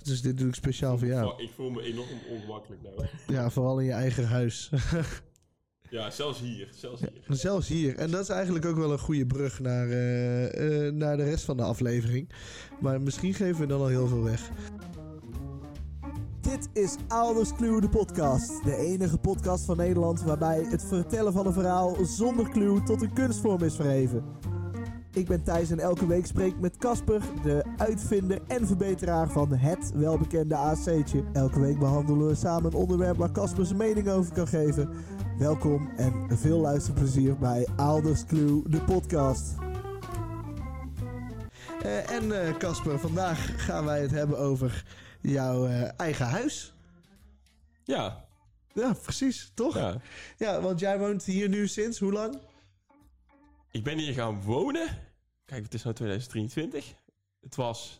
Dus dit doe ik speciaal voor jou. Ik voel me enorm ongemakkelijk nou. Ja, vooral in je eigen huis. Ja, zelfs hier. Zelfs hier. En dat is eigenlijk ook wel een goede brug naar de rest van de aflevering. Maar misschien geven we dan al heel veel weg. Dit is Ouders Clue, de podcast. De enige podcast van Nederland waarbij het vertellen van een verhaal zonder clue tot een kunstvorm is verheven. Ik ben Thijs en elke week spreek ik met Casper, de uitvinder en verbeteraar van het welbekende AC'tje. Elke week behandelen we samen een onderwerp waar Casper zijn mening over kan geven. Welkom en veel luisterplezier bij Ouders Clue, de podcast. En Casper, vandaag gaan wij het hebben over jouw eigen huis. Ja. Ja, precies, toch? Ja, want jij woont hier nu sinds hoe lang? Ik ben hier gaan wonen. Kijk, het is nu 2023. Het was...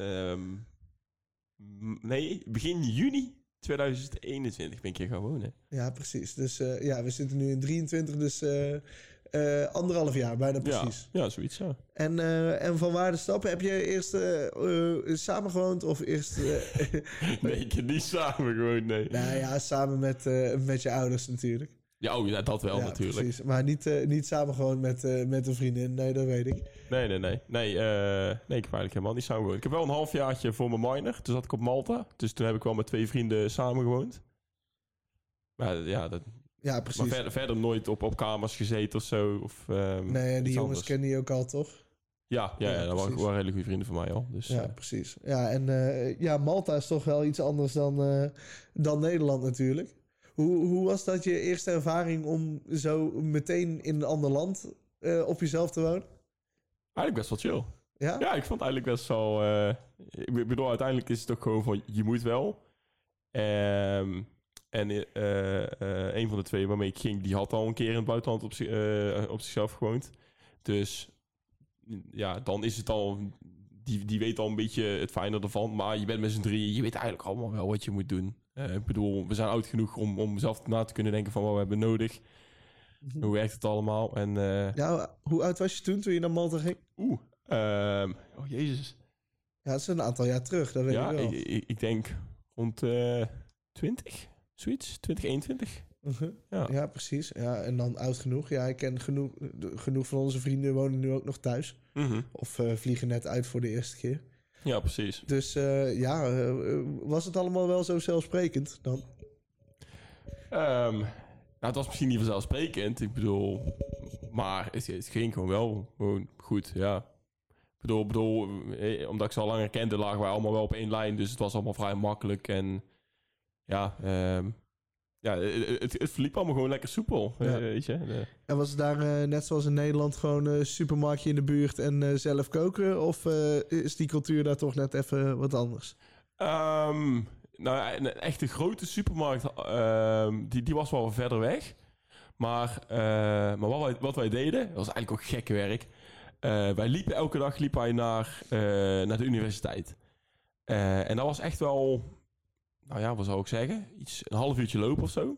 begin juni 2021 ben ik hier gaan wonen. Ja, precies. Dus we zitten nu in 23, dus 1,5 jaar, bijna precies. Ja, zoiets, ja. En van waar de stappen? Heb je eerst samen gewoond of eerst... Nee, ik heb niet samen gewoond, nee. Nou ja, samen met je ouders natuurlijk. Ja, dat wel natuurlijk. Precies. Maar niet samen gewoon met een vriendin. Nee, dat weet ik. Nee, ik heb eigenlijk helemaal niet samen gewoond. Ik heb wel een halfjaartje voor mijn minor. Toen zat ik op Malta. Dus toen heb ik wel met 2 vrienden samen gewoond. Maar ja, precies. Maar verder nooit op kamers gezeten of zo. Nee, en die jongens kennen je ook al, toch? Ja, dat waren wel hele goede vrienden van mij al. Dus, ja, precies. Ja, en Malta is toch wel iets anders dan Nederland natuurlijk. Hoe was dat je eerste ervaring om zo meteen in een ander land op jezelf te wonen? Eigenlijk best wel chill. Ja? Ja, ik vond het eigenlijk best wel... ik bedoel, uiteindelijk is het toch gewoon van, je moet wel. En een van de 2 waarmee ik ging, die had al een keer in het buitenland op zichzelf gewoond. Dus ja, dan is het al... Die weet al een beetje het fijne ervan. Maar je bent met z'n 3, je weet eigenlijk allemaal wel wat je moet doen. Ik bedoel, we zijn oud genoeg om zelf na te kunnen denken van wat we hebben nodig. Hoe werkt het allemaal? En, hoe oud was je toen je naar Malta ging? Oh jezus. Ja, dat is een aantal jaar terug, dat weet ik wel. Ik denk rond 20, zoiets, 2021. Ja, precies. Ja, en dan oud genoeg. Ja, ik ken genoeg van onze vrienden wonen nu ook nog thuis. Of vliegen net uit voor de eerste keer. Ja, precies. Dus was het allemaal wel zo zelfsprekend dan? Het was misschien niet vanzelfsprekend. Ik bedoel, maar het ging gewoon goed, ja. Ik bedoel, omdat ik ze al langer kende, lagen wij allemaal wel op 1 lijn. Dus het was allemaal vrij makkelijk. En ja, het verliep allemaal gewoon lekker soepel. Ja. Weet je? En was het daar net zoals in Nederland gewoon een supermarktje in de buurt en zelf koken? Of is die cultuur daar toch net even wat anders? Een echte grote supermarkt, die was wel verder weg. Maar wat wij deden, dat was eigenlijk ook gekke werk. Wij liepen elke dag naar de universiteit. En dat was echt wel... Nou ja, wat zou ik zeggen? Een half uurtje lopen of zo.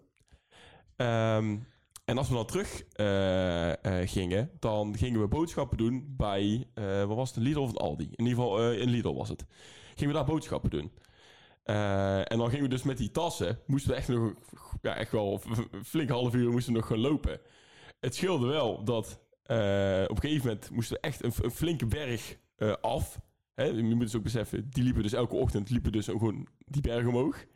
En als we dan terug gingen, dan gingen we boodschappen doen bij... wat was het? Een Lidl of een Aldi? In ieder geval, in Lidl was het. Gingen we daar boodschappen doen. En dan gingen we dus met die tassen... moesten we echt nog... Ja, echt wel een flink half uur moesten we nog gaan lopen. Het scheelde wel dat... op een gegeven moment moesten we echt een flinke berg af... Je moet dus ook beseffen, die liepen dus elke ochtend gewoon die berg omhoog.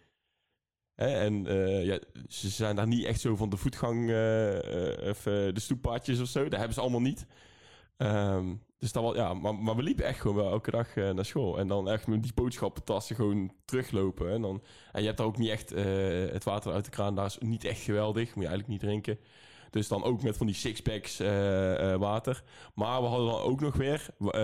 Ze zijn daar niet echt zo van de voetgang of de stoeppaadjes of zo. Dat hebben ze allemaal niet. Dus dat was, ja, maar we liepen echt gewoon wel elke dag naar school. En dan echt met die boodschappentassen gewoon teruglopen. En je hebt daar ook niet echt het water uit de kraan. Daar is niet echt geweldig. Moet je eigenlijk niet drinken. Dus dan ook met van die sixpacks water. Maar we hadden dan ook nog weer...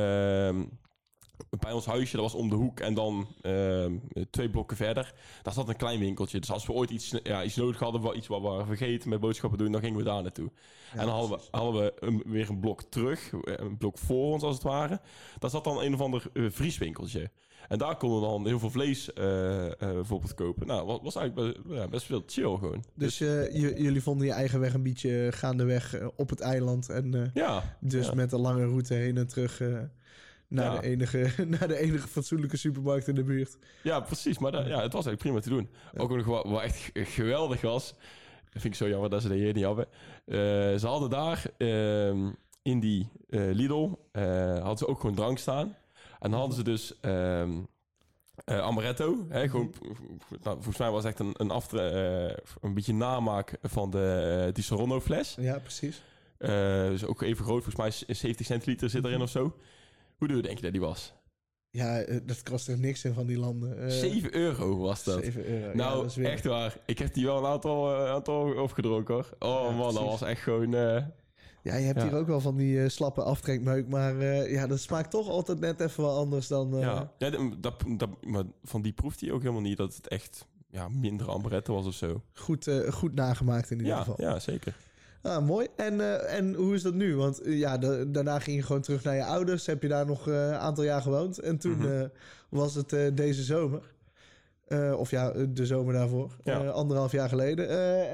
bij ons huisje, dat was om de hoek en dan 2 blokken verder, daar zat een klein winkeltje. Dus als we ooit iets nodig hadden, wel iets wat we waren vergeten met boodschappen doen, dan gingen we daar naartoe. Ja, en dan hadden we weer een blok terug, een blok voor ons als het ware. Daar zat dan een of ander vrieswinkeltje. En daar konden we dan heel veel vlees bijvoorbeeld kopen. Nou, was eigenlijk best veel chill gewoon. Dus jullie vonden je eigen weg een beetje gaandeweg op het eiland. En met een lange route heen en terug naar de enige fatsoenlijke supermarkt in de buurt. Ja, precies. Maar het was eigenlijk prima te doen. Ja. Ook nog wat echt geweldig was. Dat vind ik zo jammer dat ze dat hier niet hadden. Ze hadden daar in die Lidl hadden ze ook gewoon drank staan. En dan hadden ze dus Amaretto. Hè, gewoon, volgens mij was het echt een beetje namaak van die Saronno fles. Ja, precies. Dus ook even groot. Volgens mij 70 centiliter zit erin of zo. Hoe duur denk je dat die was? Ja, dat kost er niks in van die landen. €7 was dat. €7. Nou, dat is weer... echt waar. Ik heb die wel een aantal opgedronken, hoor. Oh Ja, man, precies. dat was echt gewoon... Ja, je hebt hier ook wel van die slappe aftrekmeuk. Maar dat smaakt toch altijd net even wel anders dan... maar van die proefde hij ook helemaal niet dat het echt minder amaretto was of zo. Goed nagemaakt in ieder geval. Ja, zeker. Ah, mooi. En hoe is dat nu? Want daarna ging je gewoon terug naar je ouders. Heb je daar nog een aantal jaar gewoond. En toen was het deze zomer. De zomer daarvoor. Ja. 1,5 jaar geleden.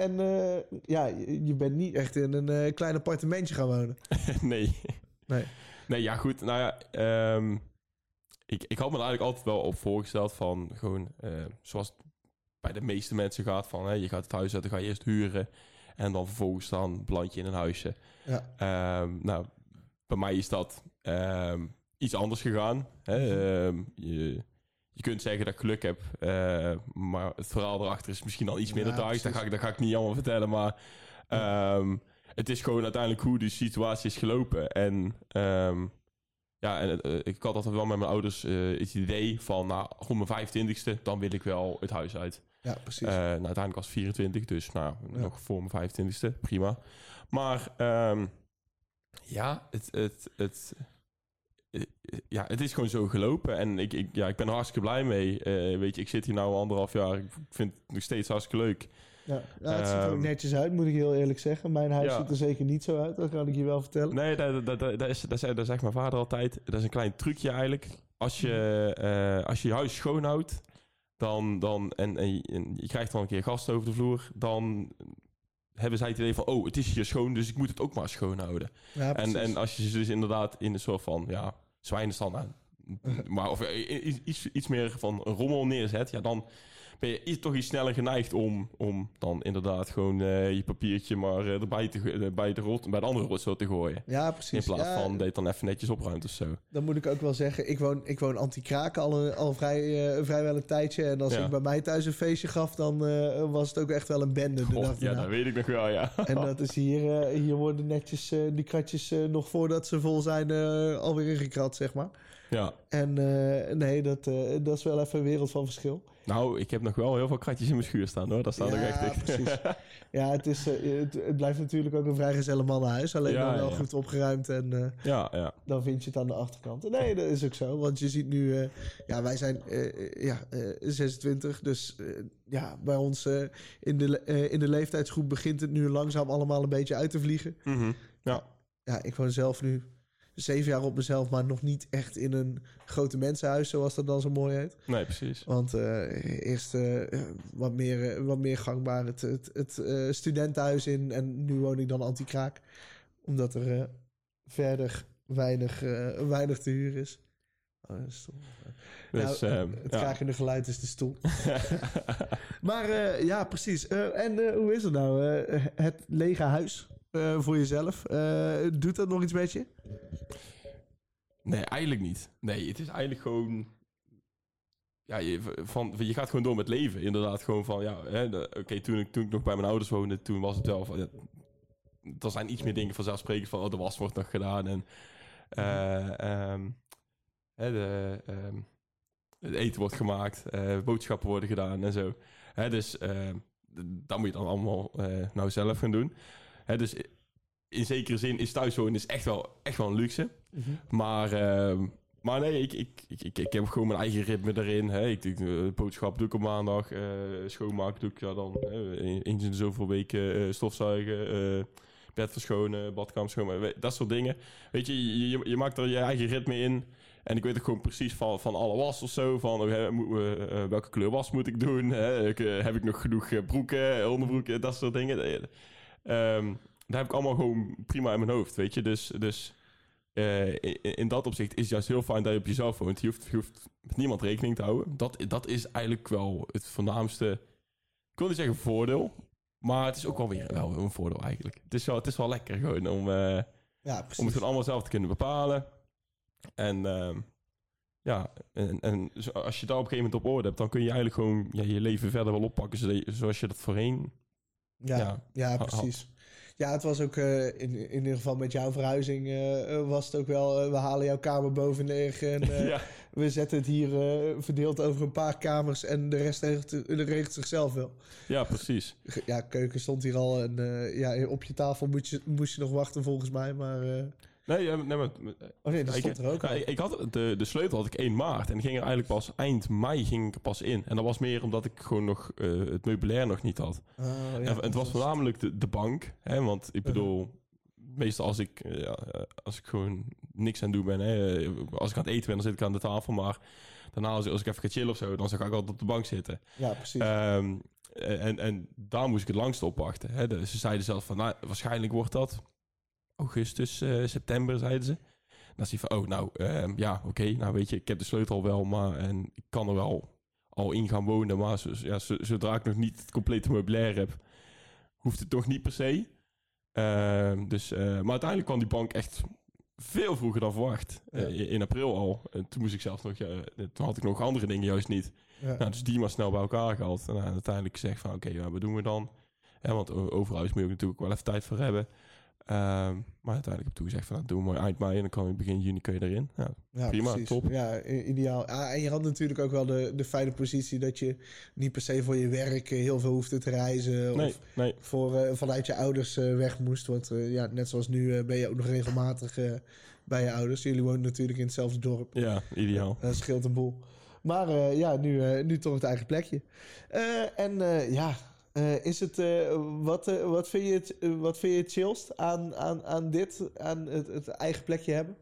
Je bent niet echt in een klein appartementje gaan wonen. Nee. Nee, ja goed. Nou ja, ik had me er eigenlijk altijd wel op voorgesteld van gewoon... zoals het bij de meeste mensen gaat van... je gaat het huis uit, dan ga je eerst huren... En dan vervolgens dan beland je in een huisje. Ja. Bij mij is dat iets anders gegaan. Hè? Je kunt zeggen dat ik geluk heb. Maar het verhaal erachter is misschien al iets minder tragisch. Dat ga ik niet allemaal vertellen. Maar het is gewoon uiteindelijk hoe de situatie is gelopen. En ik had altijd wel met mijn ouders het idee van... rond mijn 25e, dan wil ik wel het huis uit. Ja, precies. Uiteindelijk was het 24, dus nog voor mijn 25e, prima. Maar het is gewoon zo gelopen en ik ben er hartstikke blij mee. Weet je, ik zit hier nu 1,5 jaar, ik vind het nog steeds hartstikke leuk. Ja, het ziet er ook netjes uit, moet ik heel eerlijk zeggen. Mijn huis ziet er zeker niet zo uit, dat kan ik je wel vertellen. Nee, dat zegt mijn vader altijd. Dat is een klein trucje eigenlijk. Als je huis schoonhoudt, dan je krijgt dan een keer gasten over de vloer, dan hebben zij het idee van, het is hier schoon, dus ik moet het ook maar schoon houden. Ja, en als je ze dus inderdaad in een soort van, zwijnenstand maar of iets meer van een rommel neerzet, dan ben je toch iets sneller geneigd om dan inderdaad gewoon je papiertje maar bij de andere rotzooi te gooien. Ja, precies. In plaats van dat je het dan even netjes opruimt of zo. Dan moet ik ook wel zeggen, ik woon anti-kraak al vrijwel een tijdje. En als ik bij mij thuis een feestje gaf, dan was het ook echt wel een bende. Dat weet ik nog wel, ja. En dat is hier worden netjes die kratjes nog voordat ze vol zijn alweer ingekrat, zeg maar. Ja. En dat is wel even een wereld van verschil. Nou, ik heb nog wel heel veel kratjes in mijn schuur staan, hoor. Dat staat nog echt. Precies. Ja, het blijft natuurlijk ook een vrijgezelle mannenhuis. Alleen dan wel goed opgeruimd en dan vind je het aan de achterkant. Nee, dat is ook zo. Want je ziet nu, wij zijn 26. Dus bij ons in de leeftijdsgroep begint het nu langzaam allemaal een beetje uit te vliegen. Mm-hmm. Ja, ik woon zelf nu 7 jaar op mezelf, maar nog niet echt in een grote mensenhuis, zoals dat dan zo mooi heet. Nee, precies. Want eerst wat meer gangbaar het studentenhuis in en nu woon ik dan anti-kraak. Omdat er verder weinig te huur is. Oh, dat is dus, het krakende geluid is de stoel. Maar precies. En hoe is het nou? Het lege huis voor jezelf. Doet dat nog iets met je? Nee, eigenlijk niet. Nee, het is eigenlijk gewoon... Ja, je gaat gewoon door met leven. Inderdaad, gewoon van... toen ik nog bij mijn ouders woonde, toen was het wel van... er zijn iets meer dingen vanzelfsprekend van... de was wordt nog gedaan en... het eten wordt gemaakt, boodschappen worden gedaan en zo. Dus dat moet je dan allemaal zelf gaan doen. Dus in zekere zin is thuiswonen is echt wel een luxe. Mm-hmm. Maar nee, ik heb gewoon mijn eigen ritme erin. Ik doe boodschap doe ik op maandag. Schoonmaken doe ik dan eens in de zoveel weken stofzuigen. Bed verschonen, badkamer schoonmaken. Dat soort dingen. Weet je maakt er je eigen ritme in. En ik weet ook gewoon precies van alle was of zo. Van welke kleur was moet ik doen. Heb ik nog genoeg broeken, onderbroeken, dat soort dingen. Daar heb ik allemaal gewoon prima in mijn hoofd, weet je. Dus in dat opzicht is het juist heel fijn dat je op jezelf woont. Je hoeft met niemand rekening te houden. Dat is eigenlijk wel het voornaamste... Ik wil niet zeggen voordeel, maar het is ook wel weer wel een voordeel eigenlijk. Het is wel lekker gewoon om het gewoon allemaal zelf te kunnen bepalen. En en als je daar op een gegeven moment op orde hebt, dan kun je eigenlijk gewoon je leven verder wel oppakken zoals je dat voorheen... Ja, precies. Ja, het was ook in ieder geval met jouw verhuizing was het ook wel... we halen jouw kamer boven neer en we zetten het hier verdeeld over een paar kamers... en de rest regelt zichzelf wel. Ja, precies. Ja, keuken stond hier al en op je tafel moest je nog wachten volgens mij, maar... Nee, dat stond er ook al. Ik had de sleutel had ik 1 maart en ging er eigenlijk pas eind mei ging ik er pas in. En dat was meer omdat ik gewoon nog het meubilair nog niet had. En het was voornamelijk de bank. Hè, want ik bedoel, meestal als ik gewoon niks aan het doen ben. Hè, als ik aan het eten ben, dan zit ik aan de tafel. Maar daarna als ik even ga chillen of zo, dan ga ik altijd op de bank zitten. Ja, precies. En daar moest ik het langst op wachten. Hè. Ze zeiden zelf van, waarschijnlijk wordt dat... augustus, september, zeiden ze. Dan zie je van, oké, weet je, ik heb de sleutel al wel, maar en ik kan er wel al in gaan wonen, maar zodra ik nog niet het complete meubilair heb, hoeft het toch niet per se. Maar uiteindelijk kwam die bank echt veel vroeger dan verwacht. Ja. In april al. En toen moest ik zelf nog, toen had ik nog andere dingen juist niet. Ja. Dus die maar snel bij elkaar gehaald. En uiteindelijk gezegd van, oké, wat doen we dan? Want overal moet je natuurlijk wel even tijd voor hebben. Maar uiteindelijk heb ik toen gezegd van, doe we mooi eind mei en dan kan je begin juni kun je erin. Ja, prima, precies. top. Ja, ideaal. En je had natuurlijk ook wel de fijne positie dat je niet per se voor je werk heel veel hoefde te reizen. Nee. Vanuit je ouders weg moest. Want net zoals nu ben je ook nog regelmatig bij je ouders. Jullie wonen natuurlijk in hetzelfde dorp. Ja, ideaal. Dat scheelt een boel. Maar nu toch het eigen plekje. Is het, wat vind je het chillst aan dit, aan het eigen plekje hebben?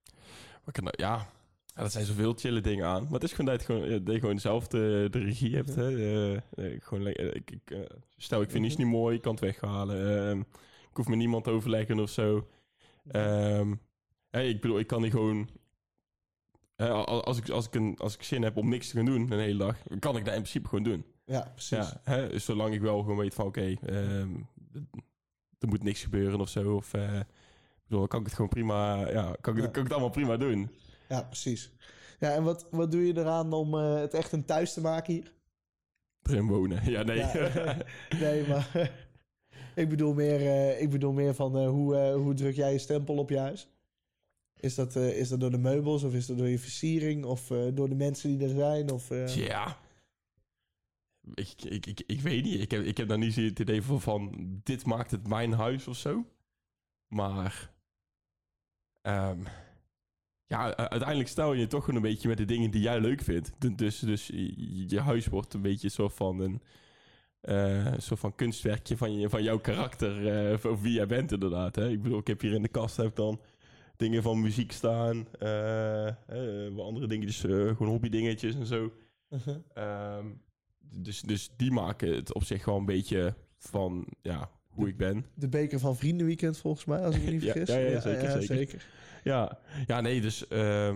Dat zijn zoveel chille dingen aan. Maar het is gewoon dat je gewoon zelf de regie hebt. Hè. Stel, ik vind iets niet mooi, ik kan het weghalen. Ik hoef met niemand te overleggen of zo. Ik bedoel, ik kan niet gewoon... Als ik zin heb om niks te gaan doen een hele dag, dan kan ik dat in principe gewoon doen. Ja, precies. Dus zolang ik wel gewoon weet van er moet niks gebeuren of zo. Of dan kan ik het gewoon prima, kan ik het allemaal prima doen. Ja, precies. Ja, en wat doe je eraan om het echt een thuis te maken hier? Erin wonen, ja, nee. Ja, nee, maar ik bedoel meer van hoe druk jij je stempel op je huis? Is dat door de meubels of is dat door je versiering of door de mensen die er zijn? Ja, ik weet niet. Ik heb daar niet het idee van dit maakt het mijn huis of zo. Maar uiteindelijk stel je toch gewoon een beetje met de dingen die jij leuk vindt. Dus je huis wordt een beetje een soort van kunstwerkje van jouw karakter, van wie jij bent inderdaad. Hè? Ik bedoel, ik heb hier in de kast heb dan dingen van muziek staan, andere dingetjes, gewoon hobbydingetjes en zo. Uh-huh. Dus die maken het op zich wel een beetje van hoe ik ben. De beker van Vriendenweekend volgens mij, als ik me niet vergis. Ja, zeker. Ja, nee, dus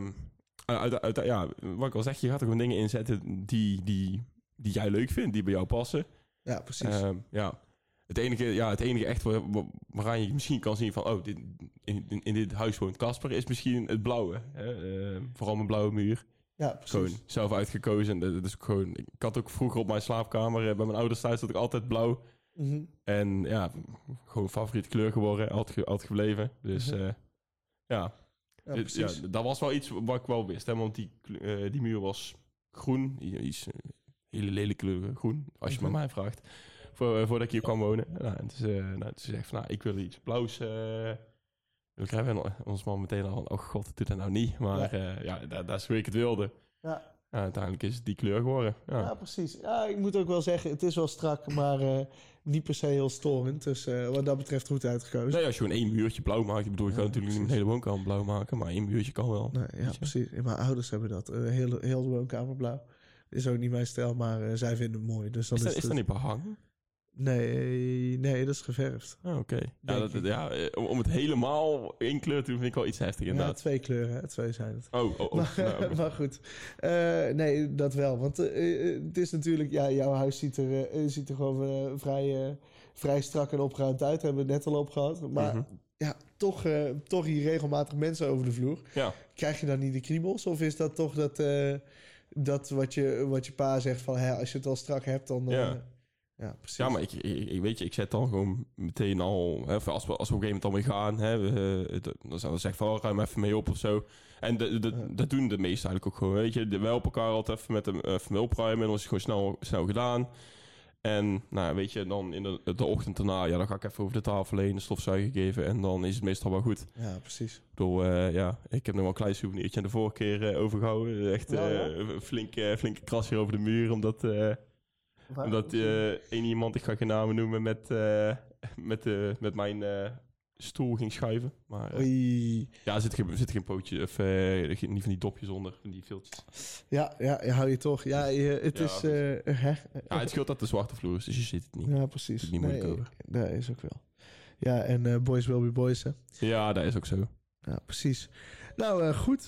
wat ik al zeg, je gaat er gewoon dingen inzetten die jij leuk vindt, die bij jou passen. Ja, precies. Het enige echt waaraan je misschien kan zien van, in dit huis woont Casper, is misschien het blauwe. Vooral mijn blauwe muur. Ja, precies. Gewoon zelf uitgekozen. En dat is gewoon, ik had ook vroeger op mijn slaapkamer, bij mijn ouders thuis, had ik altijd blauw. Mm-hmm. En gewoon favoriete kleur geworden, altijd gebleven. Dus dat was wel iets wat ik wel wist. Hè, want die muur was groen. Die is hele lelijke kleur groen, als je me mij vraagt. Voordat ik hier kwam wonen. En toen zei ik van, ik wil iets blauws. We hebben ons man meteen al van, oh god, dat doet dat nou niet. Maar dat is hoe ik het wilde. Ja. Uiteindelijk is het die kleur geworden. Ja, precies. Ja, ik moet ook wel zeggen, het is wel strak, maar niet per se heel storend. Dus wat dat betreft goed uitgekozen. Nee, als je gewoon 1 muurtje blauw maakt. Ik bedoel, je kan natuurlijk niet een hele woonkamer blauw maken, maar 1 muurtje kan wel. Nee, precies. Mijn ouders hebben dat. Heel de woonkamer blauw. Is ook niet mijn stijl, maar zij vinden het mooi. Dus dan is dat niet behang? Nee, dat is geverfd. Oké. Denk ik. Om het helemaal in kleur te doen vind ik wel iets heftig Ja, inderdaad. 2 kleuren, hè? 2 zijn het. Maar, Maar goed. Nee, dat wel. Want het is natuurlijk... Ja, jouw huis ziet er gewoon vrij strak en opgeruimd uit. Hebben we het net al op gehad. Maar ja, toch hier regelmatig mensen over de vloer. Ja. Krijg je dan niet de kriebels? Of is dat toch dat wat je pa zegt van... als je het al strak hebt, dan... Ja, precies. Ja, maar ik weet je, ik zet dan gewoon meteen al... Hè, als we op een gegeven moment alweer gaan... Hè, dan zou we zeggen van, ruim even mee op of zo. En dat doen de meesten eigenlijk ook gewoon. Weet je, wij helpen elkaar altijd even mee opruimen. En dan is het gewoon snel gedaan. En nou, weet je, dan in de ochtend daarna... Ja, dan ga ik even over de tafel heen, een stofzuiger geven. En dan is het meestal wel goed. Ja, precies. Ik bedoel, ik heb nog wel een klein souvenirtje de vorige keer overgehouden. Echt een flinke kras hier over de muur, omdat één iemand, ik ga geen namen noemen, met mijn stoel ging schuiven. Maar er zit geen pootje, of niet van die dopjes onder, van die viltjes. Ja, hou je toch. Ja, het is... het scheelt dat de zwarte vloer is, dus je ziet het niet. Ja, precies. Het niet moeilijk over. Dat is ook wel. Ja, en boys will be boys, hè. Ja, dat is ook zo. Ja, precies. Nou, goed.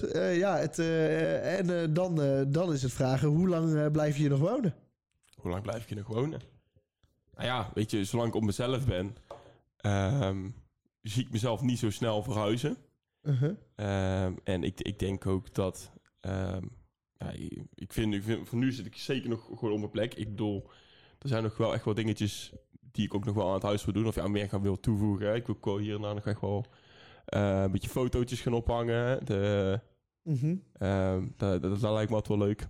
Dan is het vragen, hoe lang blijf je hier nog wonen? Hoe lang blijf ik hier nog wonen? Nou ja, weet je, zolang ik op mezelf ben... zie ik mezelf niet zo snel verhuizen. En ik denk ook dat... ik vind voor nu zit ik zeker nog gewoon op mijn plek. Ik bedoel, er zijn nog wel echt wel dingetjes... die ik ook nog wel aan het huis wil doen. Of meer gaan wil toevoegen. Hè. Ik wil hier en daar nog echt wel... een beetje fotootjes gaan ophangen. Dat lijkt me altijd wel leuk.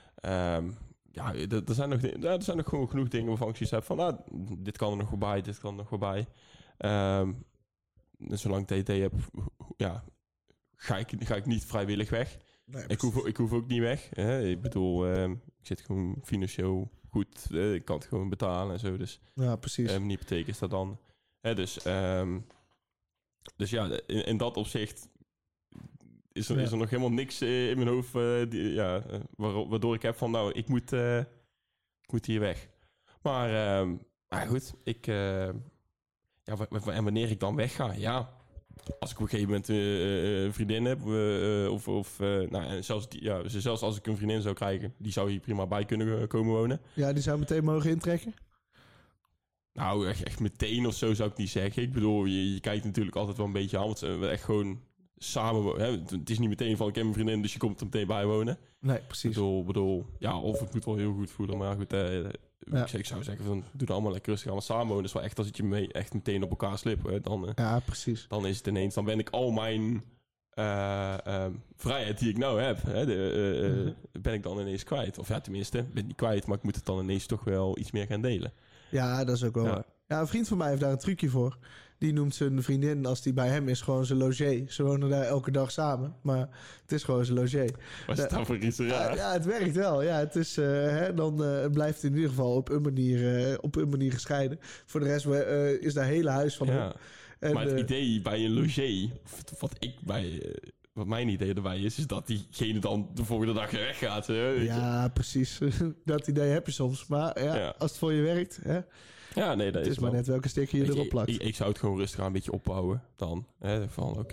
Er zijn nog gewoon genoeg dingen waarvan ik zoiets heb van... dit kan er nog wel bij, dit kan er nog wel bij. Zolang ik TT heb, ga ik niet vrijwillig weg. Nee, ik hoef ook niet weg. Ik bedoel, ik zit gewoon financieel goed. Ik kan het gewoon betalen en zo. Dus ja, precies. Niet betekent is dat dan. Dus ja, in dat opzicht is er nog helemaal niks in mijn hoofd waardoor ik heb van ik moet hier weg. Maar goed, en wanneer ik dan wegga, als ik op een gegeven moment een vriendin heb, zelfs als ik een vriendin zou krijgen, die zou hier prima bij kunnen komen wonen. Ja, die zou meteen mogen intrekken? Nou, echt meteen of zo zou ik niet zeggen. Ik bedoel, je kijkt natuurlijk altijd wel een beetje aan, want we echt gewoon samen wonen. Hè? Het is niet meteen van, ik heb een vriendin, dus je komt er meteen bij wonen. Nee, precies. Ik bedoel, of het moet wel heel goed voelen, maar goed, ik zou zeggen van, doe het allemaal lekker rustig aan samen wonen. Dus wel echt als je echt meteen op elkaar slippen, dan, precies. Dan is het ineens, dan ben ik al mijn vrijheid die ik nou heb, ben ik dan ineens kwijt. Of tenminste, ben niet kwijt, maar ik moet het dan ineens toch wel iets meer gaan delen. Ja, dat is ook wel waar. Ja, een vriend van mij heeft daar een trucje voor. Die noemt zijn vriendin, als die bij hem is, gewoon zijn logé. Ze wonen daar elke dag samen, maar het is gewoon zijn logé. Wat is dat voor iets raar? Ja, het werkt wel. Ja, het is, dan blijft het in ieder geval op een manier gescheiden. Voor de rest is daar hele huis van hem. En, maar het idee bij een logé, wat mijn idee erbij is dat diegene dan de volgende dag weggaat. Ja, precies. Dat idee heb je soms. Maar als het voor je werkt... Hè? Ja, nee, dat het is maar net welke sticker je erop plakt. Ik zou het gewoon rustig aan een beetje opbouwen dan. Van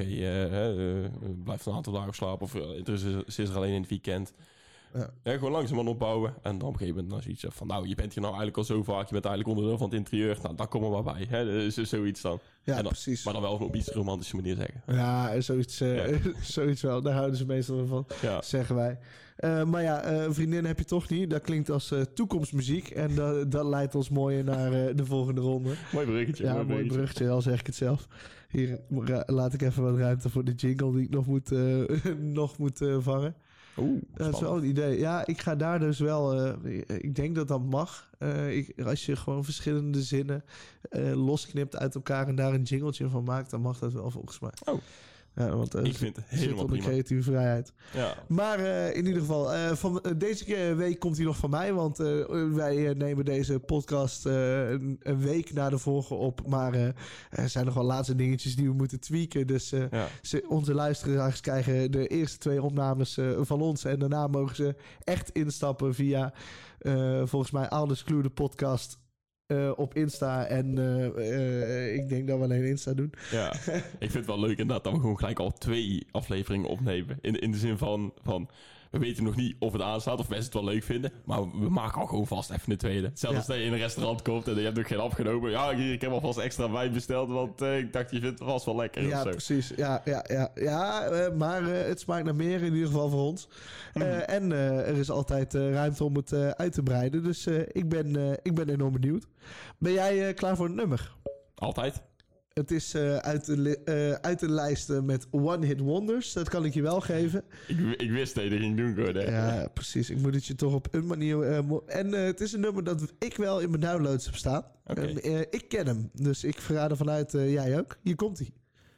blijf een aantal dagen slapen of is er alleen in het weekend. Gewoon langzaam opbouwen. En dan op een gegeven moment dan zoiets van... je bent hier nou eigenlijk al zo vaak. Je bent eigenlijk onderdeel van het interieur. Nou, daar komen we maar bij. Dus zoiets dan. Ja, dan, precies. Maar dan wel op iets romantische manier zeggen. Ja, zoiets wel. Daar houden ze meestal van, zeggen wij. Maar een vriendin heb je toch niet. Dat klinkt als toekomstmuziek. En dat leidt ons mooi naar de volgende ronde. Mooi bruggetje. Ja, mooi bruggetje, al zeg ik het zelf. Hier laat ik even wat ruimte voor de jingle die ik nog moet vangen. Dat is wel een idee. Ja, ik ga daar dus wel... ik denk dat dat mag. Als je gewoon verschillende zinnen losknipt uit elkaar... en daar een jingletje van maakt, dan mag dat wel volgens mij. Ja, want ik vind het helemaal prima. Creatieve vrijheid. Ja. Maar in ieder geval, deze week komt hij nog van mij. Want wij nemen deze podcast een week na de vorige op. Maar er zijn nog wel laatste dingetjes die we moeten tweaken. Dus onze luisteraars krijgen de eerste 2 opnames van ons. En daarna mogen ze echt instappen via volgens mij Aldous Clue de podcast op Insta. En ik denk dat we alleen Insta doen. Ja, ik vind het wel leuk inderdaad dat we gewoon gelijk al 2 afleveringen opnemen. In de zin van we weten nog niet of het aanstaat of mensen het wel leuk vinden. Maar we maken al gewoon vast even de tweede. Zelfs als je in een restaurant komt en je hebt nog geen afgenomen. Ja, ik heb alvast extra wijn besteld, want ik dacht je vindt het vast wel lekker. Ja, of zo. precies. Maar het smaakt naar meer in ieder geval voor ons. En er is altijd ruimte om het uit te breiden. Dus ik ben enorm benieuwd. Ben jij klaar voor het nummer? Altijd. Het is uit de lijst met One Hit Wonders. Dat kan ik je wel geven. Ik wist dat je dat ging doen, hoor. Ja, precies. Ik moet het je toch op een manier... en het is een nummer dat ik wel in mijn downloads heb staan. Okay. Ik ken hem. Dus ik verraad ervan uit, jij ook. Hier komt-ie.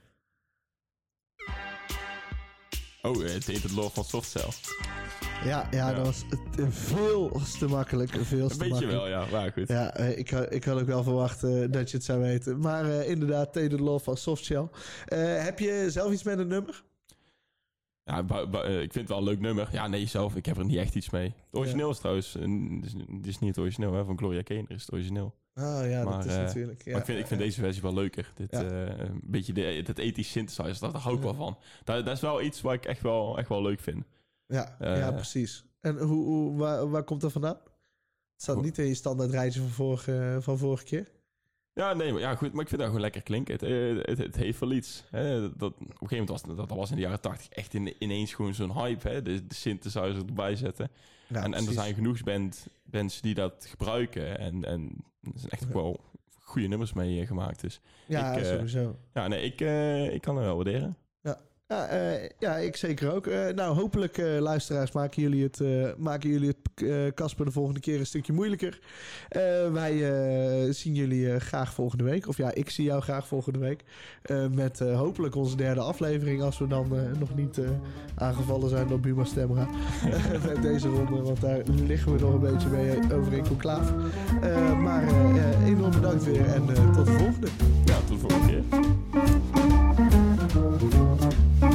Oh, het heet het Love van Softcell. Ja, dat was veel te makkelijk. Weet je wel, ja. Maar goed. Ja, ik had ook wel verwacht dat je het zou weten. Maar inderdaad, Take the Love van Softshell. Heb je zelf iets met een nummer? Ja, ik vind het wel een leuk nummer. Ja, nee, zelf. Ik heb er niet echt iets mee. Het origineel is trouwens... Het is niet het origineel, hè. Van Gloria Gaynor is het origineel. Oh ja, maar, dat is natuurlijk... Ja, maar ik vind deze versie wel leuker. Een beetje dat ethisch synthesizer, daar hou ik wel van. Dat is wel iets wat ik echt wel leuk vind. Ja, precies. En waar komt dat vandaan? Het staat niet in je standaard rijtje van vorige keer. Ja, nee, maar goed, maar ik vind dat gewoon lekker klinken. Het heeft wel iets. Hè. Op een gegeven moment was in de jaren 80 echt ineens gewoon zo'n hype. Hè. De synthesizer erbij zetten. Ja, en er zijn genoeg bands die dat gebruiken. En er zijn echt wel goede nummers mee gemaakt. Dus sowieso. Ja, nee, ik kan er wel waarderen. Ja, ik zeker ook. Nou, hopelijk, luisteraars, maken jullie het Casper de volgende keer een stukje moeilijker. Wij zien jullie graag volgende week. Of ja, ik zie jou graag volgende week. Met hopelijk onze 3e aflevering. Als we dan nog niet aangevallen zijn door Buma Stemra. Met deze ronde. Want daar liggen we nog een beetje mee over in conclave. Maar enorm bedankt weer. En tot de volgende. Ja, tot de volgende keer.